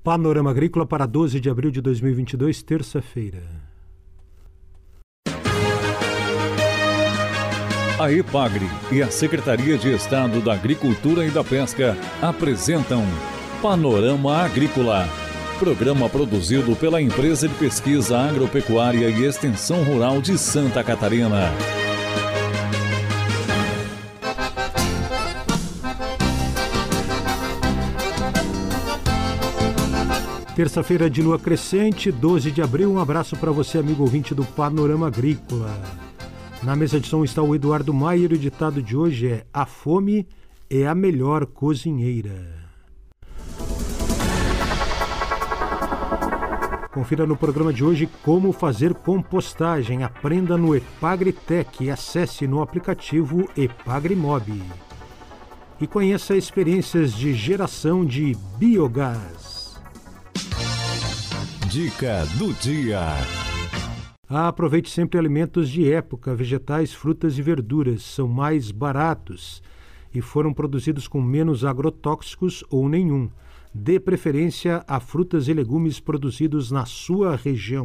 Panorama Agrícola para 12 de abril de 2022, terça-feira. A EPAGRE e a Secretaria de Estado da Agricultura e da Pesca apresentam Panorama Agrícola, programa produzido pela Empresa de Pesquisa Agropecuária e Extensão Rural de Santa Catarina. Terça-feira de lua crescente, 12 de abril. Um abraço para você, amigo ouvinte do Panorama Agrícola. Na mesa de som está o Eduardo Maier e o ditado de hoje é: a fome é a melhor cozinheira. Confira no programa de hoje como fazer compostagem. Aprenda no EPAGRE Tech e acesse no aplicativo EPAGRE Mob. E conheça experiências de geração de biogás. Dica do dia. Aproveite sempre alimentos de época, vegetais, frutas e verduras. São mais baratos e foram produzidos com menos agrotóxicos ou nenhum. Dê preferência a frutas e legumes produzidos na sua região.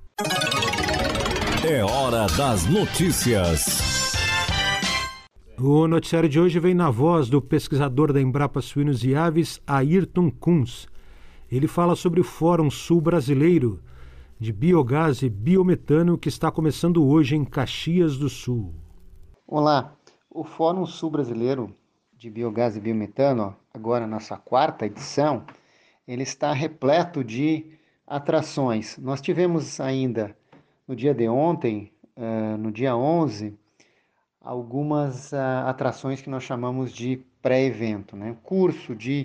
É hora das notícias. O noticiário de hoje vem na voz do pesquisador da Embrapa Suínos e Aves, Ayrton Kunz. Ele fala sobre o Fórum Sul Brasileiro de Biogás e Biometano que está começando hoje em Caxias do Sul. Olá, o Fórum Sul Brasileiro de Biogás e Biometano, agora na sua quarta edição, ele está repleto de atrações. Nós tivemos ainda no dia de ontem, no dia 11, algumas atrações que nós chamamos de pré-evento, né? Curso de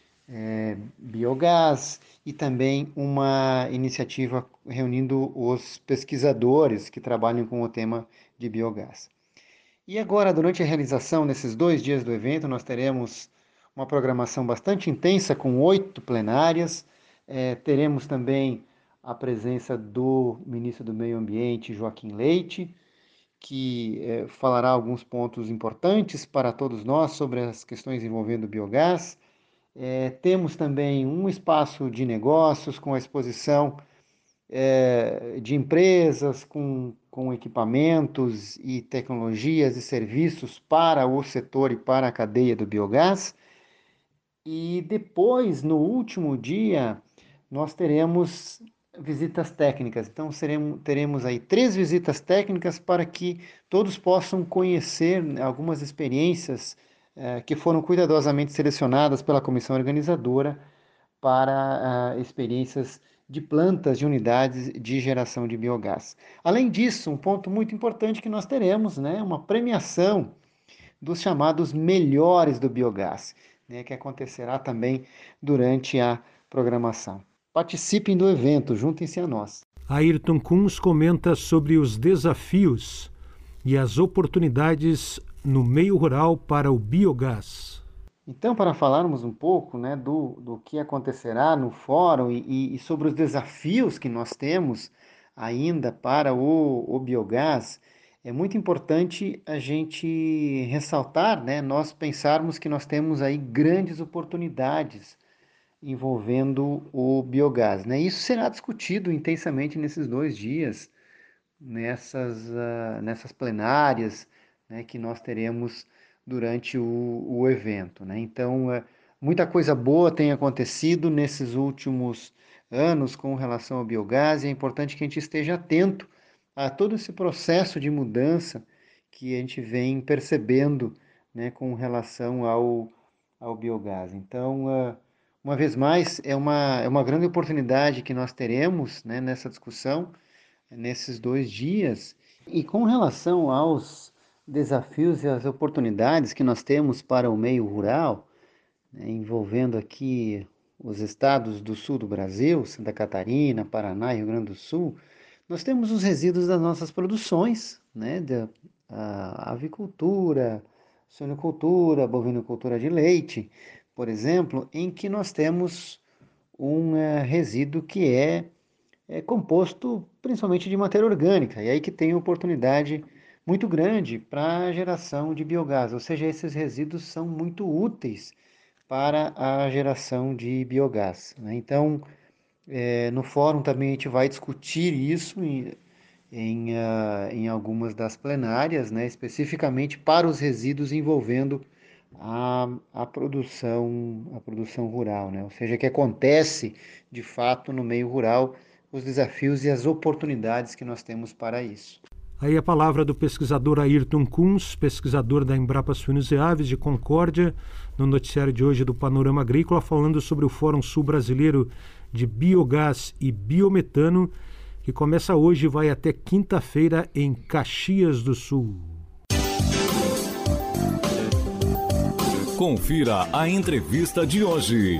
biogás e também uma iniciativa reunindo os pesquisadores que trabalham com o tema de biogás. E agora, durante a realização, nesses 2 dias do evento, nós teremos uma programação bastante intensa com 8 plenárias. Teremos também a presença do ministro do Meio Ambiente, Joaquim Leite, que falará alguns pontos importantes para todos nós sobre as questões envolvendo o biogás. Temos também um espaço de negócios com a exposição de empresas com equipamentos e tecnologias e serviços para o setor e para a cadeia do biogás. E depois, no último dia, nós teremos visitas técnicas. Então, teremos aí 3 visitas técnicas para que todos possam conhecer algumas experiências que foram cuidadosamente selecionadas pela comissão organizadora para experiências de plantas de unidades de geração de biogás. Além disso, um ponto muito importante que nós teremos, né, uma premiação dos chamados melhores do biogás, né, que acontecerá também durante a programação. Participem do evento, juntem-se a nós. Ayrton Kunz comenta sobre os desafios e as oportunidades no meio rural para o biogás. Então, para falarmos um pouco, né, do que acontecerá no fórum e sobre os desafios que nós temos ainda para o biogás, é muito importante a gente ressaltar, né, nós pensarmos que nós temos aí grandes oportunidades envolvendo o biogás, né? Isso será discutido intensamente nesses 2 dias, nessas plenárias, né, que nós teremos durante o evento, né? Então, muita coisa boa tem acontecido nesses últimos anos com relação ao biogás e é importante que a gente esteja atento a todo esse processo de mudança que a gente vem percebendo, né, com relação ao biogás. Então, uma vez mais, é uma grande oportunidade que nós teremos, né, nessa discussão, nesses 2 dias. E com relação aos desafios e as oportunidades que nós temos para o meio rural, né, envolvendo aqui os estados do sul do Brasil, Santa Catarina, Paraná e Rio Grande do Sul, nós temos os resíduos das nossas produções, né, da avicultura, suinocultura, bovinocultura de leite, por exemplo, em que nós temos um resíduo que é composto principalmente de matéria orgânica, e aí que tem oportunidade muito grande para a geração de biogás, ou seja, esses resíduos são muito úteis para a geração de biogás, né? Então, no fórum também a gente vai discutir isso em algumas das plenárias, né? Especificamente para os resíduos envolvendo a produção rural, né? Ou seja, que acontece de fato no meio rural, os desafios e as oportunidades que nós temos para isso. Aí a palavra do pesquisador Ayrton Kunz, pesquisador da Embrapa Suínos e Aves de Concórdia, no noticiário de hoje do Panorama Agrícola, falando sobre o Fórum Sul Brasileiro de Biogás e Biometano, que começa hoje e vai até quinta-feira em Caxias do Sul. Confira a entrevista de hoje.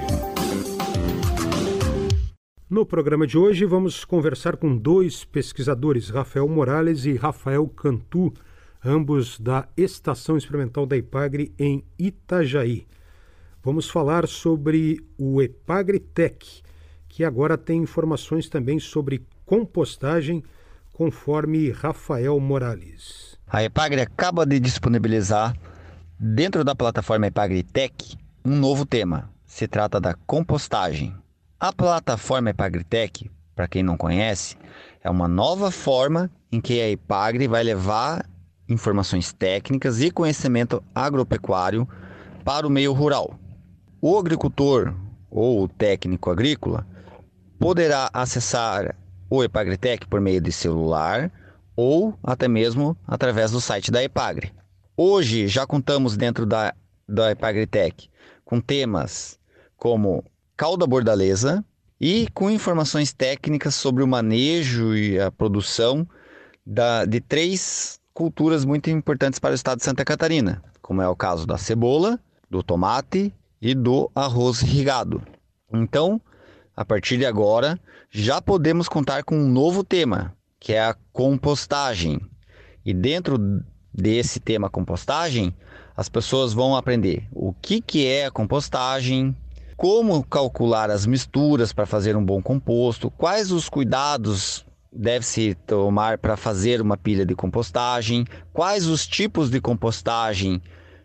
No programa de hoje vamos conversar com dois pesquisadores, Rafael Morales e Rafael Cantu, ambos da Estação Experimental da Epagre em Itajaí. Vamos falar sobre o EpagriTech, que agora tem informações também sobre compostagem, conforme Rafael Morales. A Epagre acaba de disponibilizar, dentro da plataforma EpagriTech, um novo tema. Se trata da compostagem. A plataforma EpagriTech, para quem não conhece, é uma nova forma em que a Epagre vai levar informações técnicas e conhecimento agropecuário para o meio rural. O agricultor ou o técnico agrícola poderá acessar o EpagriTech por meio de celular ou até mesmo através do site da Epagre. Hoje já contamos dentro da EpagriTech com temas como cauda bordaleza e com informações técnicas sobre o manejo e a produção de 3 culturas muito importantes para o estado de Santa Catarina, como é o caso da cebola, do tomate e do arroz irrigado. Então, a partir de agora, já podemos contar com um novo tema, que é a compostagem. E dentro desse tema compostagem, as pessoas vão aprender o que é a compostagem, como calcular as misturas para fazer um bom composto, quais os cuidados deve-se tomar para fazer uma pilha de compostagem, quais os tipos de compostagem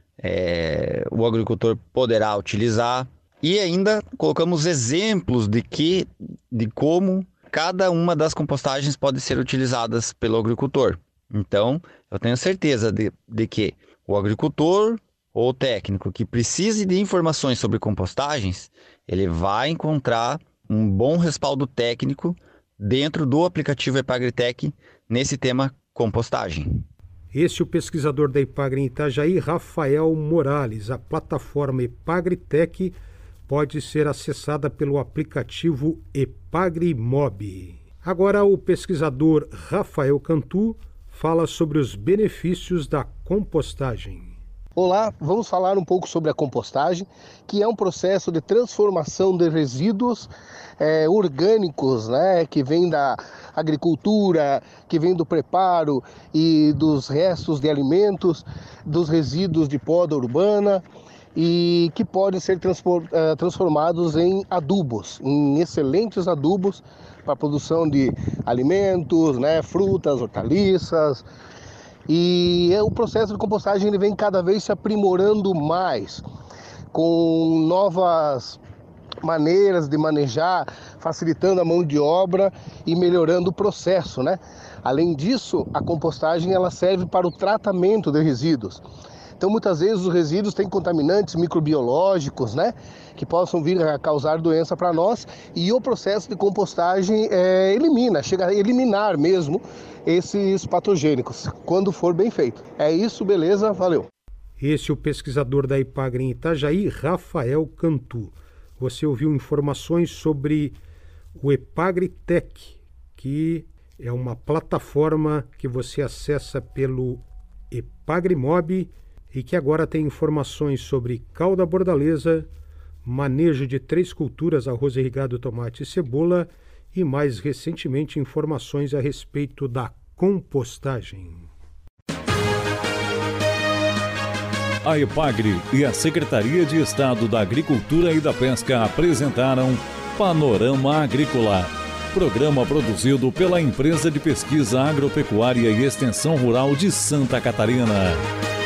o agricultor poderá utilizar. E ainda colocamos exemplos de como cada uma das compostagens pode ser utilizadas pelo agricultor. Então, eu tenho certeza de que o agricultor ou técnico que precise de informações sobre compostagens, ele vai encontrar um bom respaldo técnico dentro do aplicativo EpagriTech nesse tema compostagem. Esse é o pesquisador da Epagre em Itajaí, Rafael Morales. A plataforma EpagriTech pode ser acessada pelo aplicativo EpagriMob. Agora o pesquisador Rafael Cantu fala sobre os benefícios da compostagem. Olá, vamos falar um pouco sobre a compostagem, que é um processo de transformação de resíduos orgânicos, né, que vem da agricultura, que vem do preparo e dos restos de alimentos, dos resíduos de poda urbana e que podem ser transformados em adubos, em excelentes adubos para a produção de alimentos, né, frutas, hortaliças. E o processo de compostagem ele vem cada vez se aprimorando mais, com novas maneiras de manejar, facilitando a mão de obra e melhorando o processo, né? Além disso, a compostagem ela serve para o tratamento de resíduos. Então, muitas vezes os resíduos têm contaminantes microbiológicos, né, que possam vir a causar doença para nós, e o processo de compostagem chega a eliminar mesmo esses patogênicos, quando for bem feito. É isso, beleza? Valeu! Esse é o pesquisador da Epagre em Itajaí, Rafael Cantu. Você ouviu informações sobre o EpagriTech, que é uma plataforma que você acessa pelo EpagriMob e que agora tem informações sobre cauda bordaleza, manejo de 3 culturas, arroz irrigado, tomate e cebola, e mais recentemente informações a respeito da compostagem. A Epagre e a Secretaria de Estado da Agricultura e da Pesca apresentaram Panorama Agrícola, programa produzido pela Empresa de Pesquisa Agropecuária e Extensão Rural de Santa Catarina.